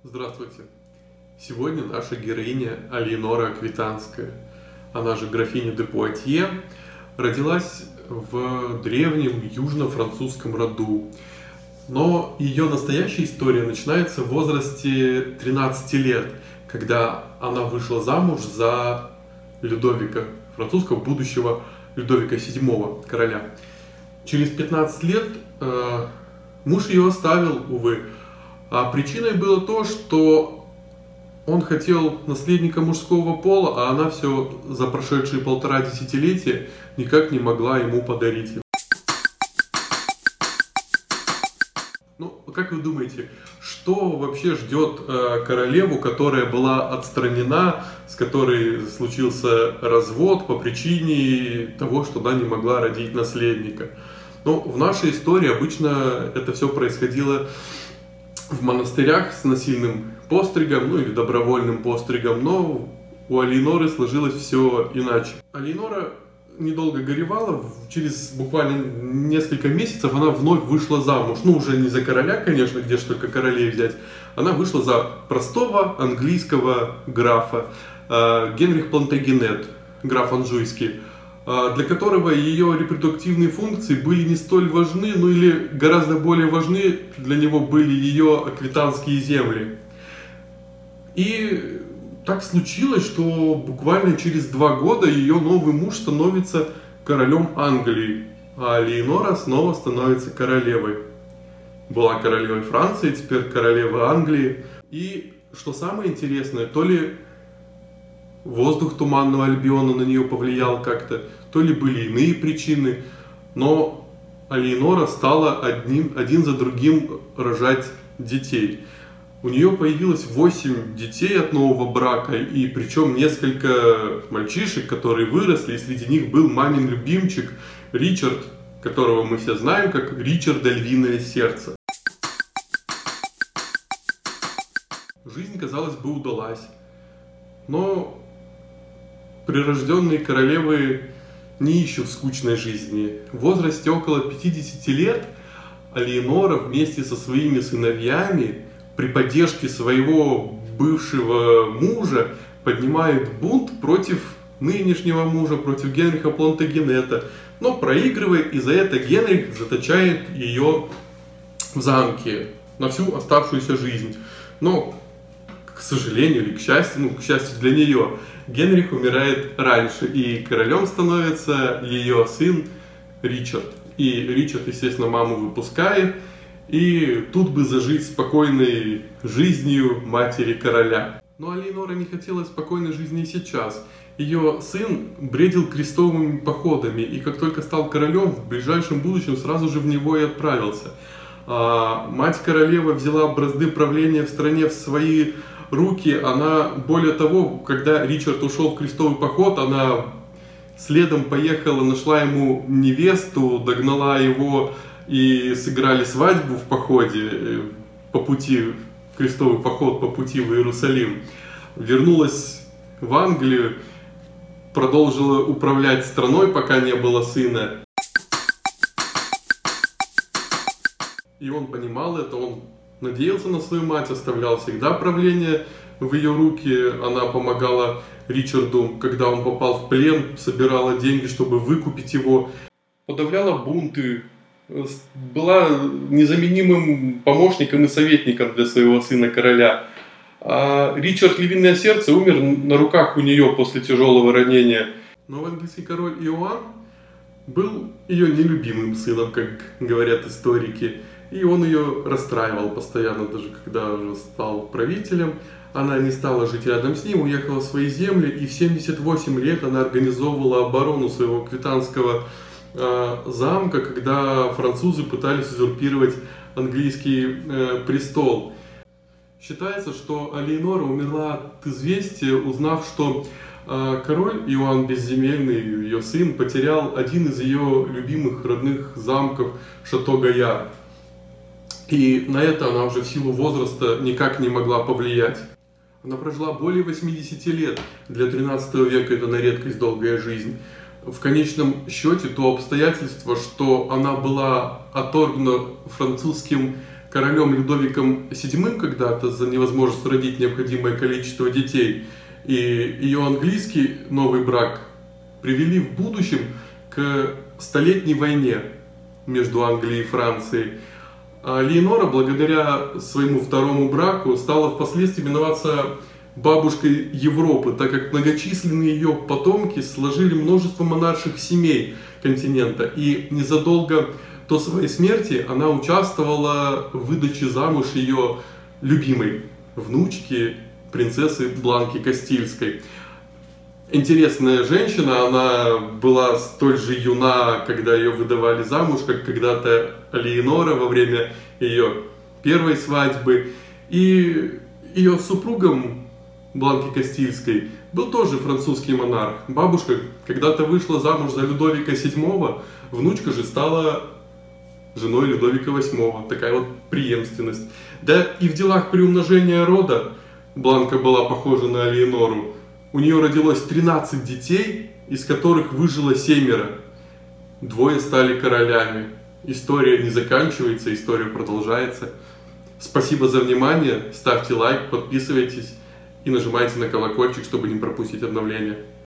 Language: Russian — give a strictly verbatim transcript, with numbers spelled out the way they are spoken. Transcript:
Здравствуйте! Сегодня наша героиня Алиенора Аквитанская, она же графиня де Пуатье, родилась в древнем южно-французском роду. Но ее настоящая история начинается в возрасте тринадцати лет, когда она вышла замуж за Людовика, французского будущего Людовика седьмого, короля. Через пятнадцать лет э, муж ее оставил, увы. А причиной было то, что он хотел наследника мужского пола, а она все за прошедшие полтора десятилетия никак не могла ему подарить. Ну, как вы думаете, что вообще ждет э, королеву, которая была отстранена, с которой случился развод по причине того, что она не могла родить наследника? Ну, в нашей истории обычно это все происходило в монастырях с насильным постригом, ну или добровольным постригом, но у Алиеноры сложилось все иначе. Алиенора недолго горевала, через буквально несколько месяцев она вновь вышла замуж. Ну, уже не за короля, конечно, где же только королей взять. Она вышла за простого английского графа, э, Генрих Плантагенет, граф Анжуйский, э, для которого ее репродуктивные функции были не столь важны, ну или гораздо более важны для него были ее аквитанские земли. И так случилось, что буквально через два года ее новый муж становится королем Англии, а Алиенора снова становится королевой. Была королевой Франции, теперь королева Англии. И что самое интересное, то ли воздух Туманного Альбиона на нее повлиял как-то, то ли были иные причины, но Алиенора стала одним, один за другим рожать детей. У нее появилось восемь детей от нового брака, и причем несколько мальчишек, которые выросли, и среди них был мамин любимчик Ричард, которого мы все знаем как Ричарда Львиное Сердце. Жизнь, казалось бы, удалась, но прирожденные королевы не ищут скучной жизни. В возрасте около пятидесяти лет Алиенора вместе со своими сыновьями при поддержке своего бывшего мужа поднимает бунт против нынешнего мужа, против Генриха Плантагенета, но проигрывает, и за это Генрих заточает ее в замке на всю оставшуюся жизнь. Но, к сожалению или к счастью, ну, к счастью для нее, Генрих умирает раньше, и королем становится ее сын Ричард. И Ричард, естественно, маму выпускает, и тут бы зажить спокойной жизнью матери короля. Но Алиенора не хотела спокойной жизни и сейчас. Ее сын бредил крестовыми походами, и как только стал королем, в ближайшем будущем сразу же в него и отправился. А мать королевы взяла бразды правления в стране в свои руки. Она, более того, когда Ричард ушел в крестовый поход, она следом поехала, нашла ему невесту, догнала его и сыграли свадьбу в походе, по пути, крестовый поход по пути в Иерусалим. Вернулась в Англию, продолжила управлять страной, пока не было сына. И он понимал это, он надеялся на свою мать, оставлял всегда правление в ее руки. Она помогала Ричарду, когда он попал в плен, собирала деньги, чтобы выкупить его, подавляла бунты, была незаменимым помощником и советником для своего сына короля. А Ричард Львиное Сердце умер на руках у нее после тяжелого ранения. Но английский король Иоанн был ее нелюбимым сыном, как говорят историки. И он ее расстраивал постоянно, даже когда уже стал правителем. Она не стала жить рядом с ним, уехала в свои земли, и в семьдесят восемь лет она организовывала оборону своего аквитанского замка, когда французы пытались узурпировать английский э, престол. Считается, что Алиенора умерла от известия, узнав, что э, король Иоанн Безземельный, ее сын, потерял один из ее любимых родных замков Шато-Гаяр. И на это она уже в силу возраста никак не могла повлиять. Она прожила более восьмидесяти лет. Для тринадцатого века это на редкость долгая жизнь. В конечном счете то обстоятельство, что она была отторгнута французским королем Людовиком седьмым когда-то за невозможность родить необходимое количество детей, и ее английский новый брак привели в будущем к столетней войне между Англией и Францией. А Леонора, благодаря своему второму браку, стала впоследствии именоваться бабушкой Европы, так как многочисленные ее потомки сложили множество монарших семей континента. И незадолго до своей смерти она участвовала в выдаче замуж ее любимой внучки, принцессы Бланки Кастильской. Интересная женщина, она была столь же юна, когда ее выдавали замуж, как когда-то Леонора во время ее первой свадьбы. И ее супругом Бланки Кастильской был тоже французский монарх. Бабушка когда-то вышла замуж за Людовика седьмого, внучка же стала женой Людовика восьмого. Такая вот преемственность. Да и в делах приумножения рода Бланка была похожа на Леонору. У нее родилось тринадцать детей, из которых выжило семеро. Двое стали королями. История не заканчивается, история продолжается. Спасибо за внимание, ставьте лайк, подписывайтесь и нажимайте на колокольчик, чтобы не пропустить обновления.